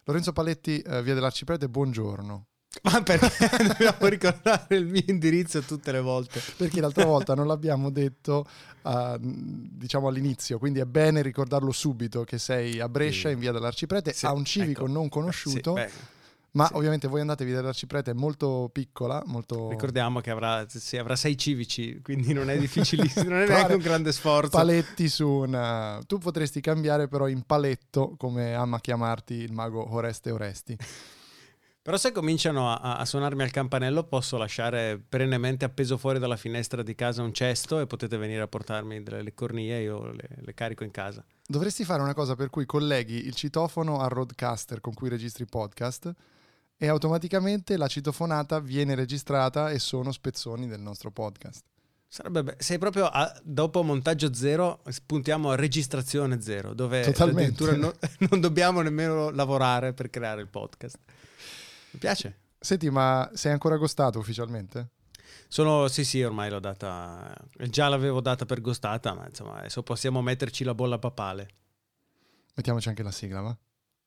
Lorenzo Paletti, via dell'Arciprete, buongiorno. Ma perché dobbiamo ricordare il mio indirizzo tutte le volte? Perché l'altra volta non l'abbiamo detto, diciamo all'inizio, quindi è bene ricordarlo subito che sei a Brescia, in via dell'Arciprete, Sì, a un civico ecco. non conosciuto, Sì, ma sì. ovviamente voi andate via dell'Arciprete, è molto piccola, molto... Ricordiamo che avrà 6 civici, quindi non è difficilissimo, non è neanche un grande sforzo. Paletti su una... Tu potresti cambiare però in Paletto, come ama chiamarti il mago Oreste Oresti. Però se cominciano a suonarmi al campanello posso lasciare perennemente appeso fuori dalla finestra di casa un cesto e potete venire a portarmi le cornie, io le carico in casa. Dovresti fare una cosa per cui colleghi il citofono al roadcaster con cui registri podcast e automaticamente la citofonata viene registrata e sono spezzoni del nostro podcast. Sarebbe sei proprio dopo montaggio zero spuntiamo a registrazione zero, dove Totalmente. addirittura non dobbiamo nemmeno lavorare per creare il podcast. Mi piace. Senti, ma sei ancora ghostato ufficialmente? Sì, ormai l'ho data, già l'avevo data per ghostata, ma insomma adesso possiamo metterci la bolla papale. Mettiamoci anche la sigla, va?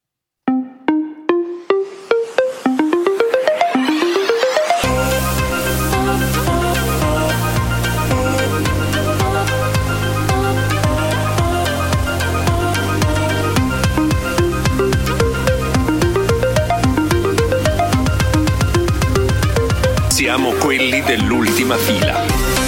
Siamo quelli dell'ultima fila.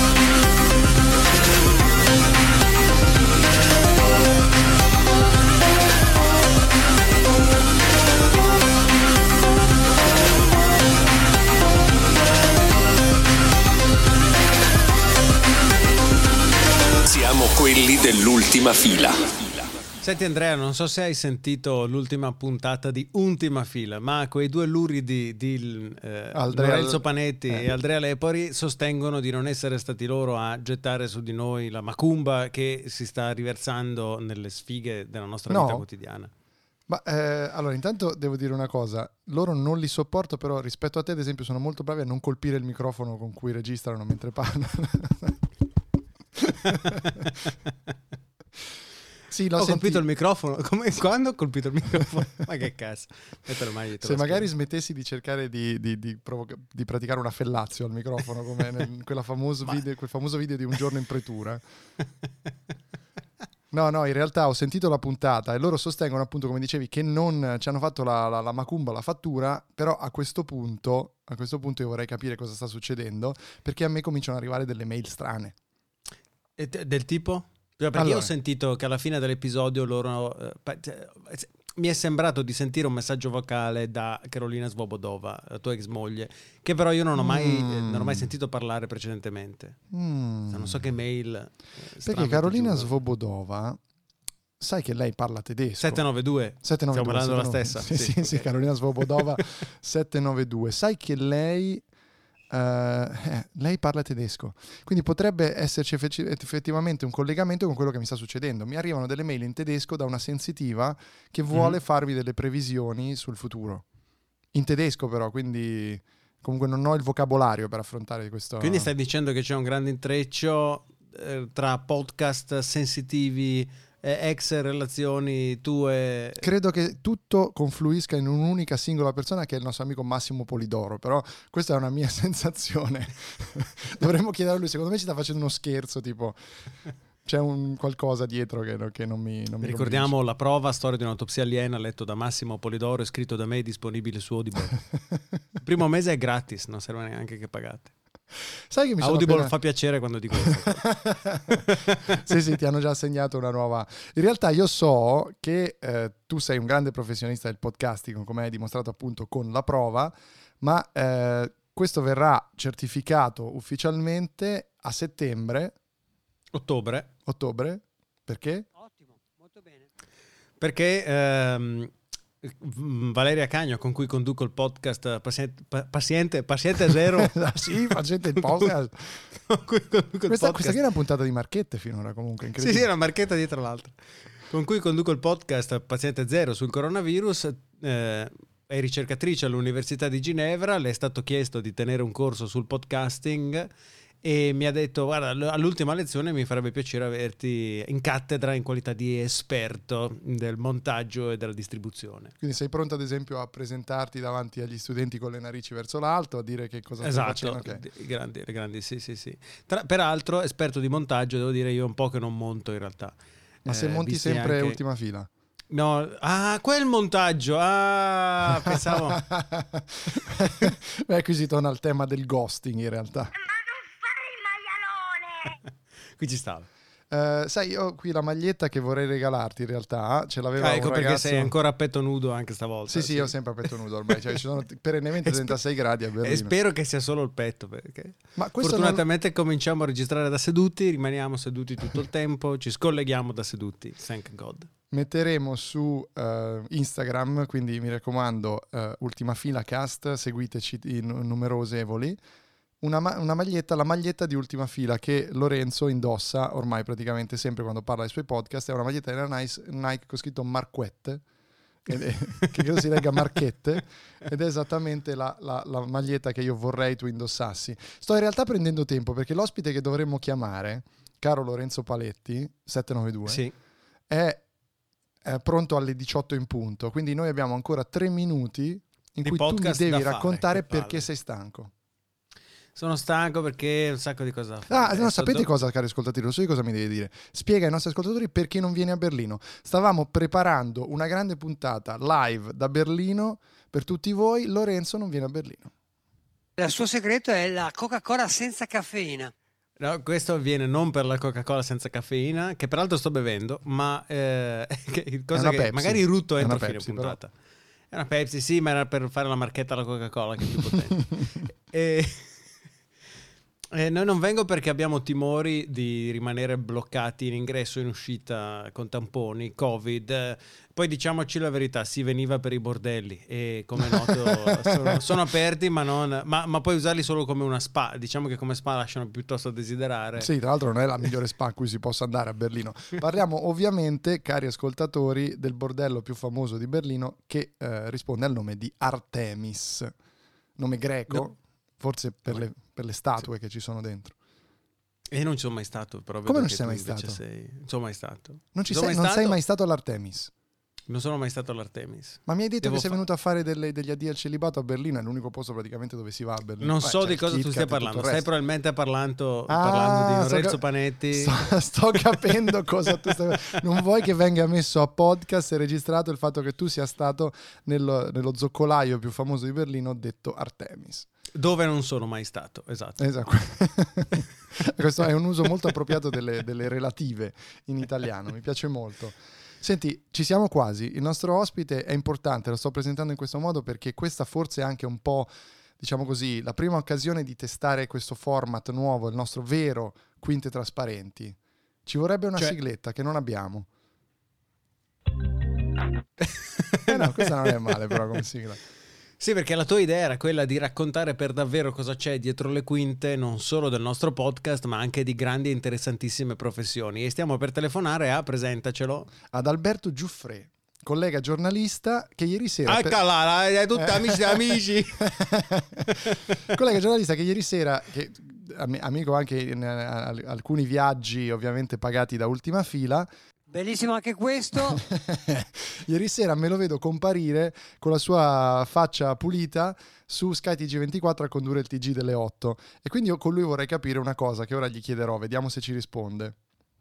Siamo quelli dell'ultima fila. Senti Andrea, non so se hai sentito l'ultima puntata di Ultima Fila, ma quei due luridi di Lorenzo Panetti e Andrea Lepori sostengono di non essere stati loro a gettare su di noi la macumba che si sta riversando nelle sfighe della nostra vita quotidiana. Ma allora, intanto devo dire una cosa, loro non li sopporto, però rispetto a te ad esempio sono molto bravi a non colpire il microfono con cui registrano mentre parlano. Sì, ho colpito il microfono. Quando ho colpito il microfono? Ma che cazzo? Se magari smettessi di cercare di praticare una fellazio al microfono, come in quel famoso video di Un giorno in pretura. No, in realtà ho sentito la puntata e loro sostengono appunto, come dicevi, che non ci hanno fatto la macumba, la fattura, però a questo punto io vorrei capire cosa sta succedendo, perché a me cominciano ad arrivare delle mail strane. Del tipo? Perché io ho sentito che alla fine dell'episodio loro mi è sembrato di sentire un messaggio vocale da Carolina Svobodova, la tua ex moglie, che però io non ho mai sentito parlare precedentemente. Non so che mail. Perché Carolina Svobodova, sai che lei parla tedesco. 792. Stiamo parlando della stessa. Sì, Carolina Svobodova 792. Sai che lei parla tedesco, quindi potrebbe esserci effettivamente un collegamento con quello che mi sta succedendo. Mi arrivano delle mail in tedesco da una sensitiva che vuole farvi delle previsioni sul futuro in tedesco, però quindi comunque non ho il vocabolario per affrontare questo. Quindi stai dicendo che c'è un grande intreccio tra podcast sensitivi, ex relazioni tue. Credo che tutto confluisca in un'unica singola persona, che è il nostro amico Massimo Polidoro, però questa è una mia sensazione. Dovremmo chiedere a lui, secondo me ci sta facendo uno scherzo, tipo c'è un qualcosa dietro che non mi ricordiamo convince. La prova, storia di un'autopsia aliena, letto da Massimo Polidoro e scritto da me, disponibile su Audible. Il primo mese è gratis, non serve neanche che pagate. Sai che mi Audible fa piacere quando dico questo. Sì, ti hanno già assegnato una nuova. In realtà io so che tu sei un grande professionista del podcasting, come hai dimostrato appunto con La prova, ma questo verrà certificato ufficialmente a settembre. Ottobre. Perché? Ottimo, molto bene. Perché Valeria Cagno, con cui conduco il podcast Paziente Zero. Sì, facete il podcast. Questa qui è una puntata di marchette finora, comunque. Sì, è una marchetta dietro l'altra. Con cui conduco il podcast Paziente Zero sul coronavirus. È ricercatrice all'Università di Ginevra, le è stato chiesto di tenere un corso sul podcasting e mi ha detto: guarda, all'ultima lezione mi farebbe piacere averti in cattedra in qualità di esperto del montaggio e della distribuzione. Quindi sei pronto ad esempio a presentarti davanti agli studenti con le narici verso l'alto, a dire che cosa stai facendo? Okay. Grandi, sì. Peraltro esperto di montaggio, devo dire io un po' che non monto in realtà. Ma se monti sempre anche... ultima fila? No, quel montaggio, pensavo... Beh, qui si torna al tema del ghosting in realtà. Ma non fare il maialone! Qui ci stava. Sai, io qui la maglietta che vorrei regalarti in realtà ce l'aveva ecco un perché ragazzo... sei ancora a petto nudo anche stavolta. Sì, io sempre a petto nudo ormai, cioè ci sono perennemente 36 gradi a Berlino. E spero che sia solo il petto, perché ma fortunatamente cominciamo a registrare da seduti, rimaniamo seduti tutto il tempo, ci scolleghiamo da seduti, thank God. Metteremo su Instagram, quindi mi raccomando, Ultima Fila Cast, seguiteci in numerosevoli, una maglietta, la maglietta di Ultima Fila che Lorenzo indossa ormai praticamente sempre quando parla dei suoi podcast. È una maglietta della Nike con scritto Marquette, che credo si legga Marchette, ed è esattamente la maglietta che io vorrei tu indossassi. Sto in realtà prendendo tempo perché l'ospite che dovremmo chiamare, caro Lorenzo Paletti, 792, sì, è pronto alle 18 in punto, quindi noi abbiamo ancora 3 minuti in cui tu mi devi raccontare perché sei stanco. Sono stanco perché un sacco di cose da fare. No, sapete cosa, cari ascoltatori? Lo so di cosa mi devi dire. Spiega ai nostri ascoltatori perché non vieni a Berlino. Stavamo preparando una grande puntata live da Berlino per tutti voi. Lorenzo non viene a Berlino. Il suo segreto è la Coca-Cola senza caffeina. No, questo avviene non per la Coca-Cola senza caffeina, che peraltro sto bevendo, ma cosa che Pepsi. Magari rutto entro fine Pepsi, puntata. Però. È una Pepsi, sì, ma era per fare la marchetta alla Coca-Cola che è più potente. Noi non vengo perché abbiamo timori di rimanere bloccati in ingresso e in uscita con tamponi, Covid. Poi diciamoci la verità, si veniva per i bordelli e come è noto sono aperti ma puoi usarli solo come una spa. Diciamo che come spa lasciano piuttosto a desiderare. Sì, tra l'altro non è la migliore spa a cui si possa andare a Berlino. Parliamo ovviamente, cari ascoltatori, del bordello più famoso di Berlino che risponde al nome di Artemis, nome greco. No. Forse per le statue che ci sono dentro. E non ci sono mai stato. Però come non ci sei mai stato? Non sono mai stato. Non sei mai stato all'Artemis? Non sono mai stato all'Artemis. Ma mi hai detto che sei venuto a fare degli addii al celibato a Berlino, è l'unico posto praticamente dove si va a Berlino. Non so di cosa tu stia parlando. Stai probabilmente parlando di Lorenzo Panetti. Sto capendo cosa tu stai parlando. Non vuoi che venga messo a podcast e registrato il fatto che tu sia stato nello zoccolaio più famoso di Berlino detto Artemis. Dove non sono mai stato, esatto. Questo è un uso molto appropriato delle relative in italiano, mi piace molto. Senti, ci siamo quasi. Il nostro ospite è importante, lo sto presentando in questo modo perché questa forse è anche un po', diciamo così, la prima occasione di testare questo format nuovo, il nostro vero Quinte Trasparenti. Ci vorrebbe una sigletta che non abbiamo. No, questa non è male però come sigla. Sì, perché la tua idea era quella di raccontare per davvero cosa c'è dietro le quinte, non solo del nostro podcast, ma anche di grandi e interessantissime professioni. E stiamo per telefonare presentacelo. Ad Alberto Giuffrè, collega giornalista che ieri sera... È tutti amici. Collega giornalista che ieri sera, amico anche in alcuni viaggi ovviamente pagati da Ultima Fila... Bellissimo anche questo. Ieri sera me lo vedo comparire con la sua faccia pulita su Sky TG24 a condurre il TG delle 8 e quindi io con lui vorrei capire una cosa che ora gli chiederò, vediamo se ci risponde.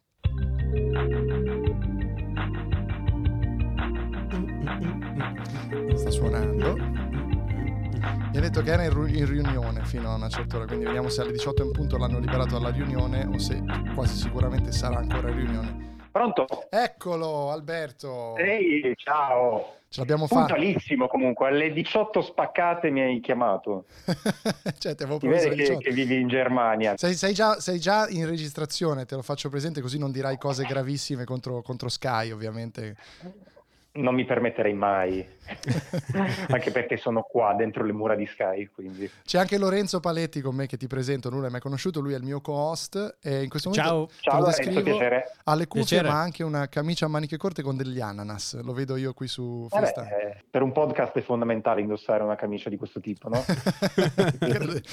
Sta suonando. Mi ha detto che era in riunione fino a una certa ora, quindi vediamo se alle 18 in punto l'hanno liberato dalla riunione o se quasi sicuramente sarà ancora in riunione. Pronto? Eccolo Alberto. Ehi, ciao. Ce l'abbiamo fatta. Puntualissimo comunque, alle 18 spaccate mi hai chiamato. Cioè, ti avevo Si promesso vede che vivi in Germania. Sei già in registrazione, te lo faccio presente così non dirai cose gravissime contro Sky ovviamente. Non mi permetterei mai, anche perché sono qua dentro le mura di Sky. Quindi. C'è anche Lorenzo Paletti con me che ti presento, non l'hai mai conosciuto, lui è il mio co-host e in questo momento Ciao, lo descrivo, piacere. ha le cuffie Piacere. ma anche una camicia a maniche corte con degli ananas, lo vedo io qui su FaceTime. Per un podcast è fondamentale indossare una camicia di questo tipo, no?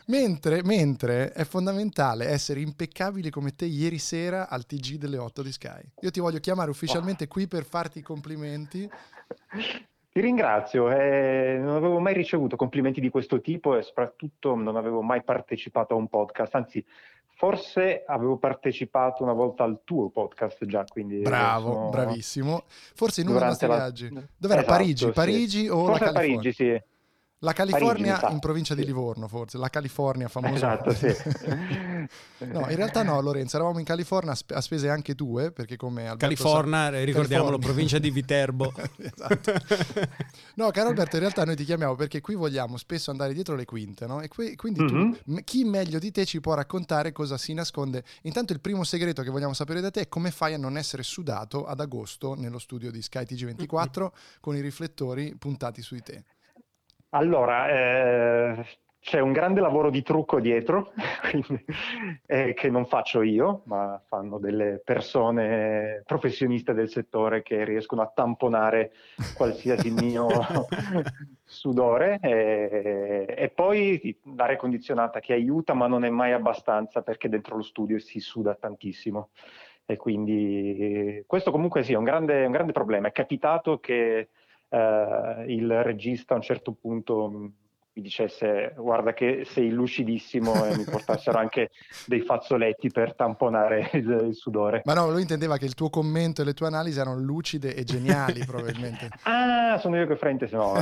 Mentre è fondamentale essere impeccabili come te ieri sera al TG delle 8 di Sky. Io ti voglio chiamare ufficialmente qui per farti i complimenti. Ti ringrazio, non avevo mai ricevuto complimenti di questo tipo e soprattutto non avevo mai partecipato a un podcast, anzi forse avevo partecipato una volta al tuo podcast già, quindi Bravo, bravissimo. Forse in uno dei nostri viaggi. Dov'era? Esatto, Parigi? sì. Parigi o forse la California? Parigi, sì. La California Parigi, in provincia di sì. Livorno, forse. La California famosa. Esatto, sì. No, in realtà no, Lorenzo, eravamo in California a spese anche tue, perché come Alberto California, ricordiamolo, provincia di Viterbo. Esatto. No, caro Alberto, in realtà noi ti chiamiamo perché qui vogliamo spesso andare dietro le quinte, no? E quindi tu, chi meglio di te ci può raccontare cosa si nasconde? Intanto il primo segreto che vogliamo sapere da te è come fai a non essere sudato ad agosto nello studio di Sky TG24 con i riflettori puntati su di te. Allora, c'è un grande lavoro di trucco dietro, quindi, che non faccio io, ma fanno delle persone professioniste del settore che riescono a tamponare qualsiasi mio sudore. E poi l'aria condizionata che aiuta, ma non è mai abbastanza perché dentro lo studio si suda tantissimo. E quindi questo comunque sì, è un grande problema. È capitato che il regista a un certo punto mi dicesse guarda che sei lucidissimo e mi portassero anche dei fazzoletti per tamponare il sudore. Ma no, lui intendeva che il tuo commento e le tue analisi erano lucide e geniali probabilmente. Ah, sono io che fraintesi, no.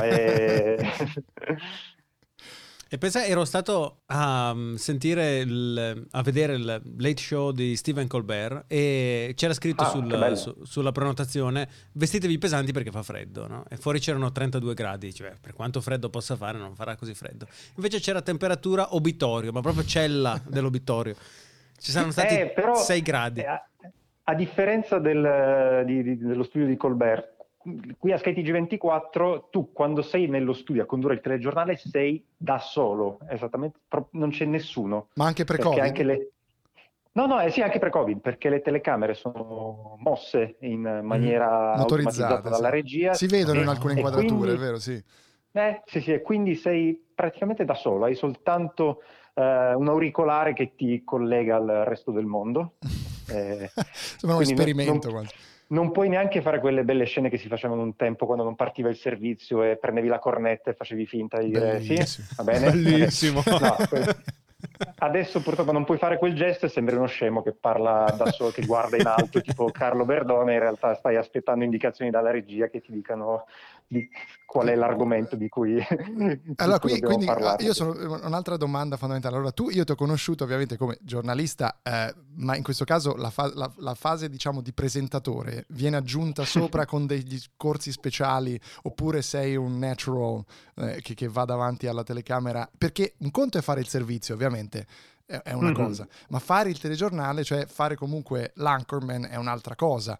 E pensa, ero stato a sentire, a vedere il Late Show di Stephen Colbert e c'era scritto sulla prenotazione vestitevi pesanti perché fa freddo, no? E fuori c'erano 32 gradi, cioè per quanto freddo possa fare non farà così freddo. Invece c'era temperatura obitorio, ma proprio cella dell'obitorio. Ci saranno stati però, 6 gradi. A differenza dello studio di Colbert, qui a Sky TG24 tu quando sei nello studio a condurre il telegiornale sei da solo, esattamente, non c'è nessuno. Ma anche pre-Covid? No, sì, anche pre-Covid, perché le telecamere sono mosse in maniera automatizzata dalla regia. Si vedono in alcune inquadrature, è vero, sì. Sì, e quindi sei praticamente da solo, hai soltanto un auricolare che ti collega al resto del mondo. Sembra un esperimento. Non puoi neanche fare quelle belle scene che si facevano un tempo quando non partiva il servizio e prendevi la cornetta e facevi finta di dire sì, va bene. Bellissimo. No, adesso purtroppo non puoi fare quel gesto e sembri uno scemo che parla da solo, che guarda in alto tipo Carlo Berdone, in realtà stai aspettando indicazioni dalla regia che ti dicano qual è l'argomento di cui allora quindi parlare. Io sono un'altra domanda fondamentale. Allora io ti ho conosciuto ovviamente come giornalista, ma in questo caso la fase diciamo di presentatore viene aggiunta sopra con degli corsi speciali oppure sei un natural che va davanti alla telecamera? Perché un conto è fare il servizio ovviamente, è una cosa, ma fare il telegiornale, cioè fare comunque l'anchorman è un'altra cosa.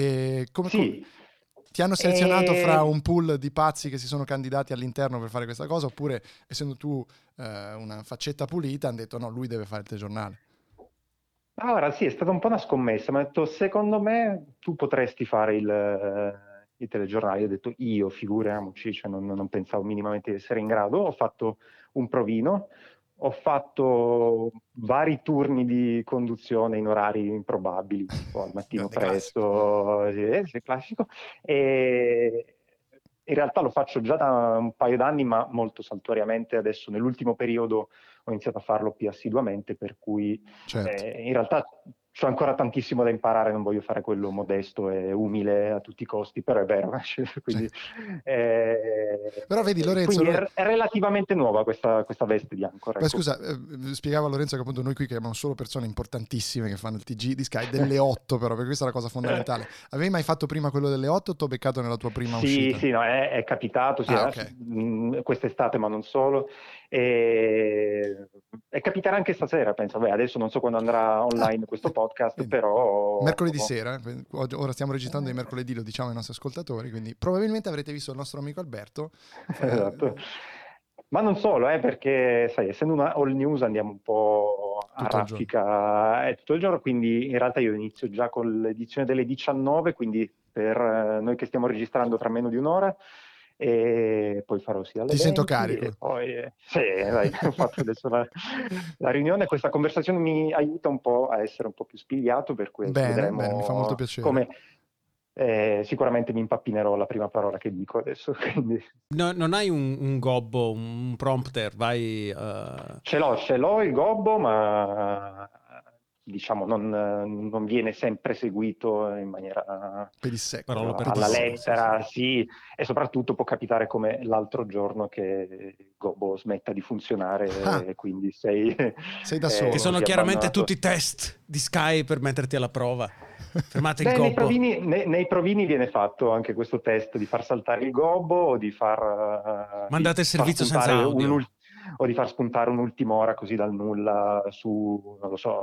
Ti hanno selezionato fra un pool di pazzi che si sono candidati all'interno per fare questa cosa, oppure essendo tu una faccetta pulita hanno detto no, lui deve fare il telegiornale? Allora sì, è stata un po' una scommessa, mi ha detto secondo me tu potresti fare il telegiornale. Io ho detto io, figuriamoci, cioè non pensavo minimamente di essere in grado. Ho fatto un provino, ho fatto vari turni di conduzione in orari improbabili, tipo al mattino presto, sì, classico, e in realtà lo faccio già da un paio d'anni, ma molto saltuariamente. Adesso nell'ultimo periodo ho iniziato a farlo più assiduamente, per cui in realtà c'ho ancora tantissimo da imparare, non voglio fare quello modesto e umile a tutti i costi, però è vero. Quindi, però vedi Lorenzo... Quindi è relativamente nuova questa veste di ancora. Beh, scusa, spiegavo a Lorenzo che appunto noi qui chiamiamo solo persone importantissime che fanno il TG di Sky, delle 8 però, perché questa è la cosa fondamentale. Avevi mai fatto prima quello delle 8 o ti ho beccato nella tua prima uscita? Sì, no, è capitato, sì, quest'estate ma non solo. E capiterà anche stasera, penso. Adesso non so quando andrà online questo podcast, però... Mercoledì sera, ora stiamo registrando di mercoledì, lo diciamo ai nostri ascoltatori, quindi probabilmente avrete visto il nostro amico Alberto. Esatto. Ma non solo, perché sai, essendo una all news andiamo un po' a raffica tutto il giorno, quindi in realtà io inizio già con l'edizione delle 19, quindi per noi che stiamo registrando tra meno di un'ora, e poi farò sia alle Ti sento 20 carico. e poi sì, dai, ho fatto adesso la riunione. Questa conversazione mi aiuta un po' a essere un po' più spigliato, per cui adesso Bene, mi fa molto vedremo piacere. come sicuramente mi impappinerò la prima parola che dico adesso, quindi No, non hai un gobbo, un prompter, vai... ce l'ho il gobbo, ma diciamo non viene sempre seguito in maniera Pedissequo. Parola per alla parola, lettera, sì, e soprattutto può capitare come l'altro giorno che il gobbo smetta di funzionare Ah. e quindi sei da solo. Che sono così chiaramente abbandonato. tutti test di Sky per metterti alla prova. Fermate il Beh, gobbo. nei provini viene fatto anche questo test di far saltare il gobbo o di far Mandate il far servizio senza spuntare audio. o di far spuntare un'ultima ora così dal nulla su, non lo so,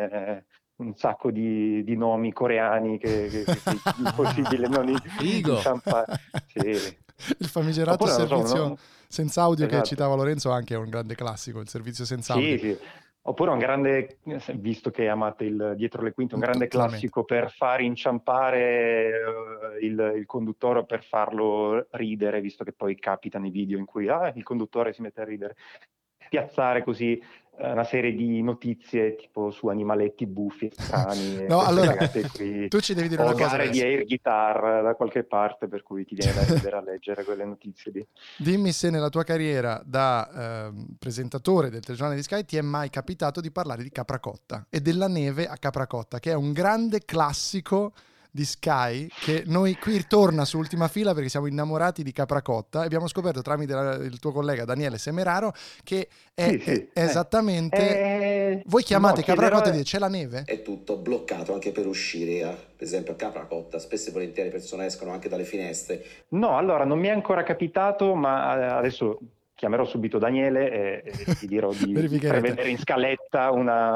un sacco di nomi coreani che è impossibile non Figo. inciampare. Sì. Il famigerato Oppure, non so, servizio senza audio che esatto. citava Lorenzo anche è un grande classico, il servizio senza Sì, audio. sì. Oppure un grande, visto che amate il dietro le quinte, un grande Totalmente. classico per far inciampare il conduttore o per farlo ridere, visto che poi capita nei video in cui il conduttore si mette a ridere. Piazzare così una serie di notizie tipo su animaletti buffi, strani, No, allora, qui, tu ci devi dire o una cosa gare di adesso. air guitar da qualche parte, per cui ti viene da ridere a leggere quelle notizie lì. Dimmi se nella tua carriera da presentatore del telegiornale di Sky ti è mai capitato di parlare di Capracotta e della neve a Capracotta, che è un grande classico di Sky che noi qui torna su Ultima Fila perché siamo innamorati di Capracotta e abbiamo scoperto tramite il tuo collega Daniele Semeraro che è, Sì. è esattamente voi chiamate Capracotta e dite c'è la neve? È tutto bloccato anche per uscire, per esempio a Capracotta spesso e volentieri le persone escono anche dalle finestre. No, allora non mi è ancora capitato, ma adesso chiamerò subito Daniele e ti dirò di prevedere in scaletta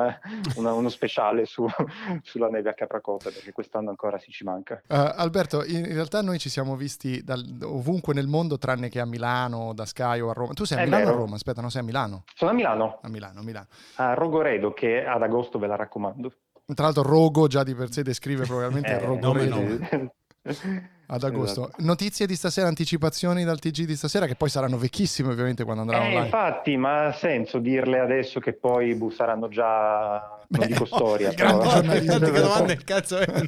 uno speciale sulla neve a Capracotta, perché quest'anno ancora ci manca. Alberto, in realtà noi ci siamo visti ovunque nel mondo tranne che a Milano, da Sky o a Roma. Tu sei a Milano o a Roma? Aspetta, no, sei a Milano? Sono a Milano. A Milano. A Rogoredo, che ad agosto ve la raccomando. Tra l'altro Rogo già di per sé descrive probabilmente il Rogoredo. Ad agosto. Esatto. Notizie di stasera, anticipazioni dal TG di stasera, che poi saranno vecchissime ovviamente quando andranno online. Infatti, ma ha senso dirle adesso che poi saranno già, non dico storia. Grande giornalismo. Che domanda il cazzo è?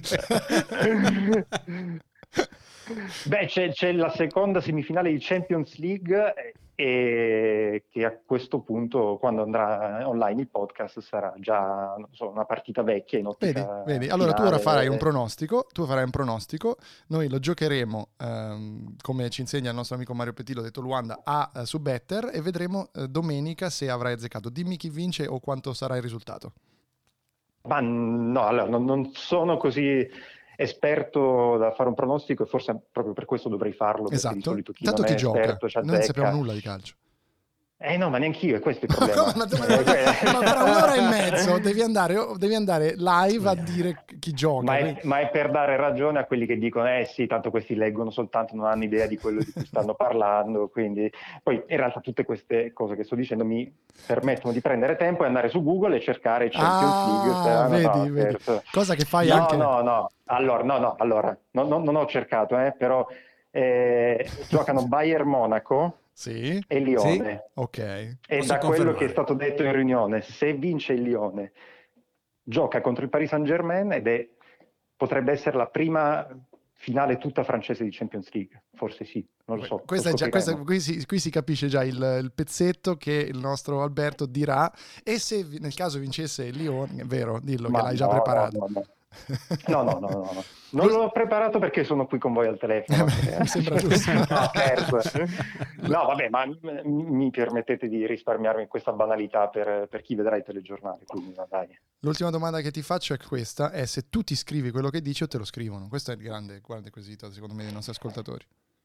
Beh, c'è la seconda semifinale di Champions League e che a questo punto, quando andrà online il podcast, sarà già una partita vecchia in ottica. Vedi. Allora tu ora farai un pronostico, noi lo giocheremo come ci insegna il nostro amico Mario Pettillo, detto Luanda, su Better e vedremo domenica se avrai azzeccato. Dimmi chi vince o quanto sarà il risultato. Ma no, allora, non sono così esperto da fare un pronostico e forse proprio per questo dovrei farlo. Esatto, di solito chi tanto non chi è gioca, esperto ci noi non sappiamo nulla di calcio. No, ma neanche io, è questo il problema. Ma tra un'ora e mezzo devi andare live a dire chi gioca. Ma è per dare ragione a quelli che dicono sì, tanto questi leggono soltanto, non hanno idea di quello di cui stanno parlando, quindi poi in realtà tutte queste cose che sto dicendo mi permettono di prendere tempo e andare su Google e cercare Champions League. Vedi. Cosa che fai anche... No, allora, non ho cercato, però giocano Bayern Monaco e Lione. Sì? Ok. E da quello che è stato detto in riunione, se vince il Lione, gioca contro il Paris Saint-Germain potrebbe essere la prima finale tutta francese di Champions League. Forse sì, non lo so. Qui si capisce già il pezzetto che il nostro Alberto dirà, e se nel caso vincesse il Lione, vero, dillo che l'hai già preparato. No. Non l'ho preparato perché sono qui con voi al telefono. Mi sembra giusto. No, vabbè, ma mi permettete di risparmiarmi questa banalità per chi vedrà i telegiornali. Quindi, dai. L'ultima domanda che ti faccio è questa: è se tu ti scrivi quello che dici o te lo scrivono? Questo è il grande quesito, secondo me, dei nostri ascoltatori.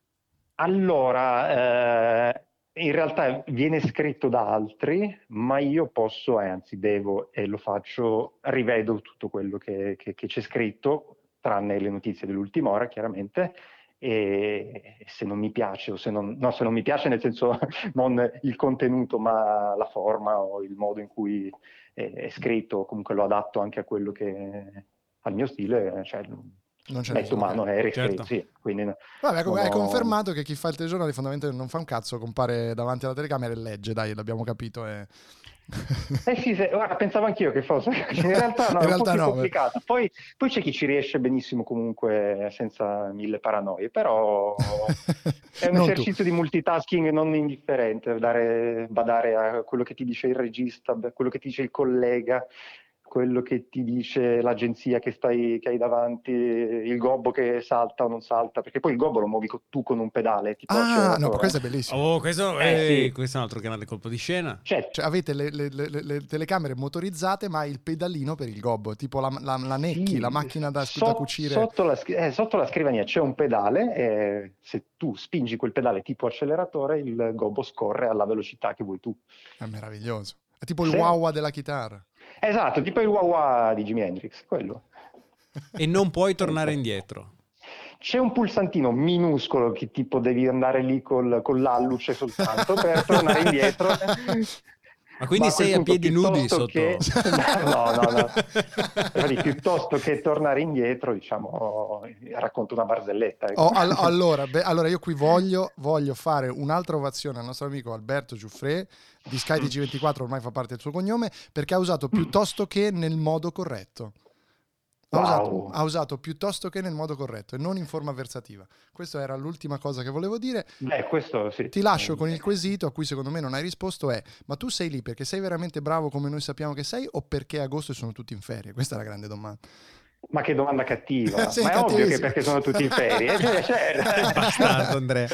Allora, in realtà viene scritto da altri, ma io posso, anzi devo, e lo faccio, rivedo tutto quello che c'è scritto, tranne le notizie dell'ultima ora, chiaramente, e se non mi piace, o se non mi piace nel senso non il contenuto, ma la forma o il modo in cui è scritto, comunque lo adatto anche a quello al mio stile, cioè Non c'è mezzo umano, è ristretto, sì. Quindi vabbè, hai confermato che chi fa il telegiornale fondamentalmente non fa un cazzo, compare davanti alla telecamera e legge, dai, l'abbiamo capito. Sì, guarda, pensavo anch'io che fosse, in realtà no, è un po' più complicato. Poi c'è chi ci riesce benissimo comunque senza mille paranoie, però è un esercizio di multitasking non indifferente, badare a quello che ti dice il regista, quello che ti dice il collega, quello che ti dice l'agenzia che hai davanti, il gobbo che salta o non salta, perché poi il gobbo lo muovi tu con un pedale. Tipo no, questo è bellissimo. Questo è un altro grande colpo di scena. Cioè, avete le telecamere motorizzate, ma il pedalino per il gobbo, tipo la Necchi, la macchina da cucire. Sotto la scrivania c'è un pedale e se tu spingi quel pedale tipo acceleratore, il gobbo scorre alla velocità che vuoi tu. È meraviglioso. È tipo il wah-wah della chitarra. Esatto, tipo il wah-wah di Jimi Hendrix, quello. E non puoi tornare indietro. C'è un pulsantino minuscolo che tipo devi andare lì con l'alluce soltanto per tornare indietro. Ma quindi sei a piedi nudi sotto? No. Quindi, piuttosto che tornare indietro, diciamo, racconto una barzelletta. Ecco. Allora io qui voglio fare un'altra ovazione al nostro amico Alberto Giuffre di SkyTG24, ormai fa parte del suo cognome, perché ha usato piuttosto che nel modo corretto. Ha usato piuttosto che nel modo corretto e non in forma avversativa. Questa era l'ultima cosa che volevo dire. Questo sì. Ti lascio con il quesito a cui secondo me non hai risposto, ma tu sei lì perché sei veramente bravo come noi sappiamo che sei o perché agosto sono tutti in ferie? Questa è la grande domanda. Ma che domanda cattiva. Ma è ovvio che perché sono tutti in ferie. Bastardo, Andrea.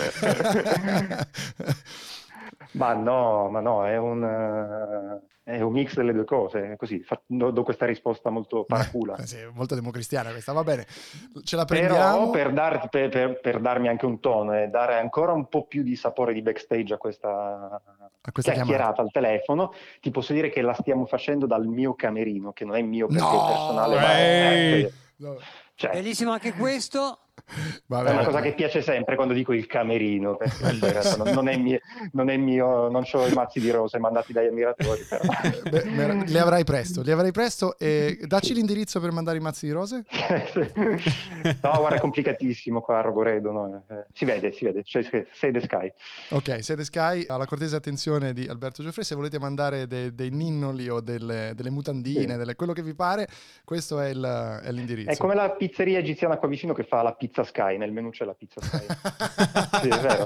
Ma no, è un mix delle due cose, così do questa risposta molto paracula. Sì, molto democristiana questa, va bene, ce la prendiamo. Però per darmi anche un tono e dare ancora un po' più di sapore di backstage a questa chiacchierata al telefono, ti posso dire che la stiamo facendo dal mio camerino, che non è mio perché è personale. Cioè, bellissimo anche questo. Vabbè, è una cosa che piace sempre quando dico il camerino, perché non è mio, non c'ho i mazzi di rose mandati dagli ammiratori. Però. Li avrai presto e dacci l'indirizzo per mandare i mazzi di rose. No, guarda, è complicatissimo qua a Rogoredo, no? Si vede, cioè, Say the Sky. Ok, Say the Sky, alla cortese attenzione di Alberto Giuffre, se volete mandare dei ninnoli o delle mutandine, quello che vi pare, questo è l'indirizzo. È come la pizzeria egiziana qua vicino che fa la pizza Sky, nel menù c'è la pizza Sky. Sì, è vero.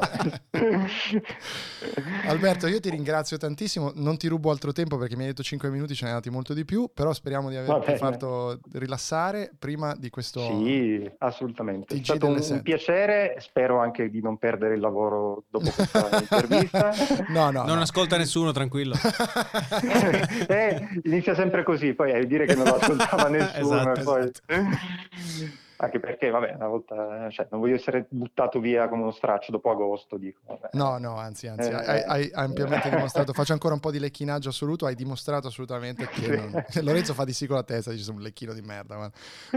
Alberto, io ti ringrazio tantissimo, non ti rubo altro tempo perché mi hai detto 5 minuti, ce ne hai dati molto di più, però speriamo di averti fatto rilassare prima di questo. Sì, assolutamente. È stato un piacere, spero anche di non perdere il lavoro dopo questa intervista. No. Non ascolta nessuno, tranquillo. Inizia sempre così, poi dire che non lo ascoltava nessuno. Esatto. Anche perché, vabbè, una volta, non voglio essere buttato via come uno straccio dopo agosto, dico. Vabbè. No, anzi, hai ampiamente dimostrato, faccio ancora un po' di lecchinaggio assoluto, hai dimostrato assolutamente che Lorenzo fa di sì con la testa, dice un lecchino di merda.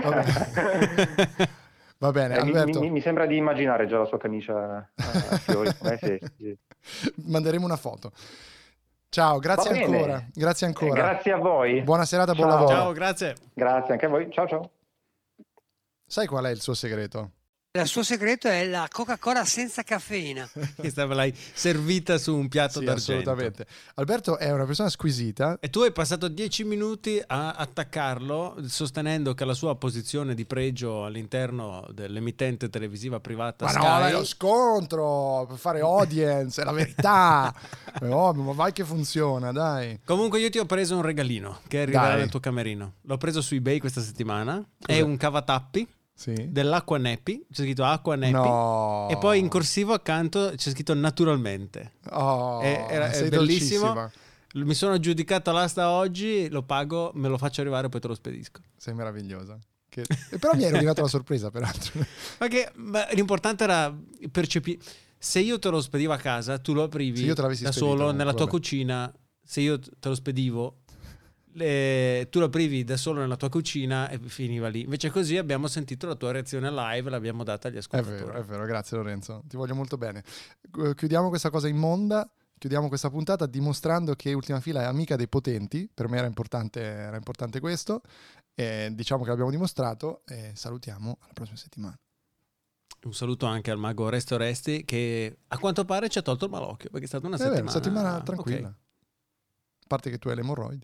Va bene, Alberto. Mi sembra di immaginare già la sua camicia a fiori. Sì. Manderemo una foto. Ciao, grazie ancora. Grazie a voi. Buona serata, buon lavoro. Ciao, grazie. Grazie anche a voi. Ciao. Sai qual è il suo segreto? Il suo segreto è la Coca-Cola senza caffeina. Questa l'hai servita su un piatto d'argento. Assolutamente. Alberto è una persona squisita. E tu hai passato 10 minuti a attaccarlo, sostenendo che la sua posizione di pregio all'interno dell'emittente televisiva privata ma Sky... no, è lo scontro per fare audience, è la verità. Ma vai che funziona, dai. Comunque io ti ho preso un regalino che arriverà nel tuo camerino. L'ho preso su eBay questa settimana. È un cavatappi. Sì. Dell'acqua Neppi, c'è scritto acqua Neppi, no. E poi in corsivo accanto c'è scritto naturalmente. È bellissimo. Dolcissima. Mi sono aggiudicato l'asta oggi, lo pago, me lo faccio arrivare, poi te lo spedisco. Sei meravigliosa. Però mi hai rovinato la sorpresa, peraltro. Ma l'importante era percepire. Se io te lo spedivo a casa, tu lo aprivi da solo nella tua cucina. Se io te lo spedivo, tu lo aprivi da solo nella tua cucina e finiva lì. Invece così abbiamo sentito la tua reazione live e l'abbiamo data agli ascoltatori. È vero, grazie Lorenzo, ti voglio molto bene. Chiudiamo questa cosa immonda, Chiudiamo questa puntata dimostrando che Ultima Fila è amica dei potenti. Per me era importante questo. Diciamo che l'abbiamo dimostrato e salutiamo alla prossima settimana. Un saluto anche al mago Resto Resti, che a quanto pare ci ha tolto il malocchio, perché è stata una settimana tranquilla. Okay. A parte che tu hai le emorroidi.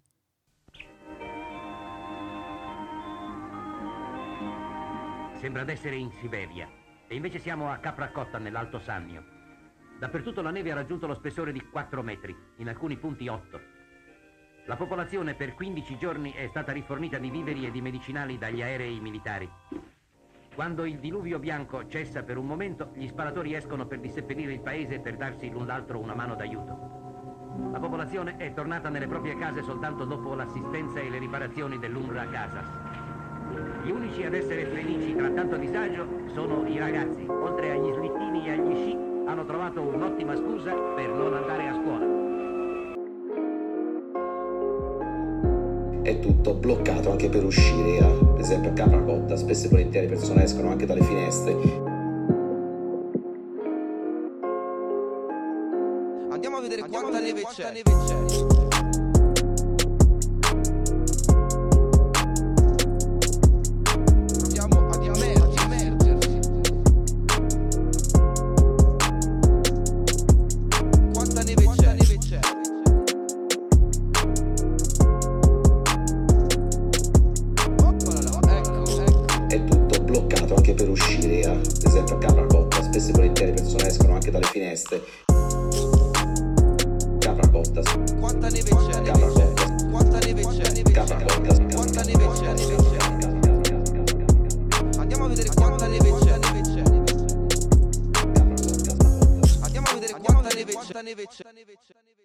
Sembra d'essere in Siberia e invece siamo a Capracotta nell'Alto Sannio. Dappertutto la neve ha raggiunto lo spessore di 4 metri, in alcuni punti 8. La popolazione per 15 giorni è stata rifornita di viveri e di medicinali dagli aerei militari. Quando il diluvio bianco cessa per un momento, gli sparatori escono per disseppellire il paese e per darsi l'un l'altro una mano d'aiuto. La popolazione è tornata nelle proprie case soltanto dopo l'assistenza e le riparazioni dell'UNRWA Casas. Gli unici ad essere felici tra tanto disagio sono i ragazzi. Oltre agli slittini e agli sci, hanno trovato un'ottima scusa per non andare a scuola. È tutto bloccato anche per uscire, per esempio a Capracotta spesso e volentieri persone escono anche dalle finestre. Andiamo a vedere quanta neve c'è. Proviamo ad immergersi. Quanta neve c'è? È tutto bloccato anche per uscire, per esempio a Capracotta spesso e volentieri persone escono anche dalle finestre. Capracotta. Quanta neve c'è? Capracotta. Quanta neve c'è? Capracotta. Quanta neve c'è? Andiamo a vedere quanta neve c'è. Andiamo a vedere quanta neve c'è.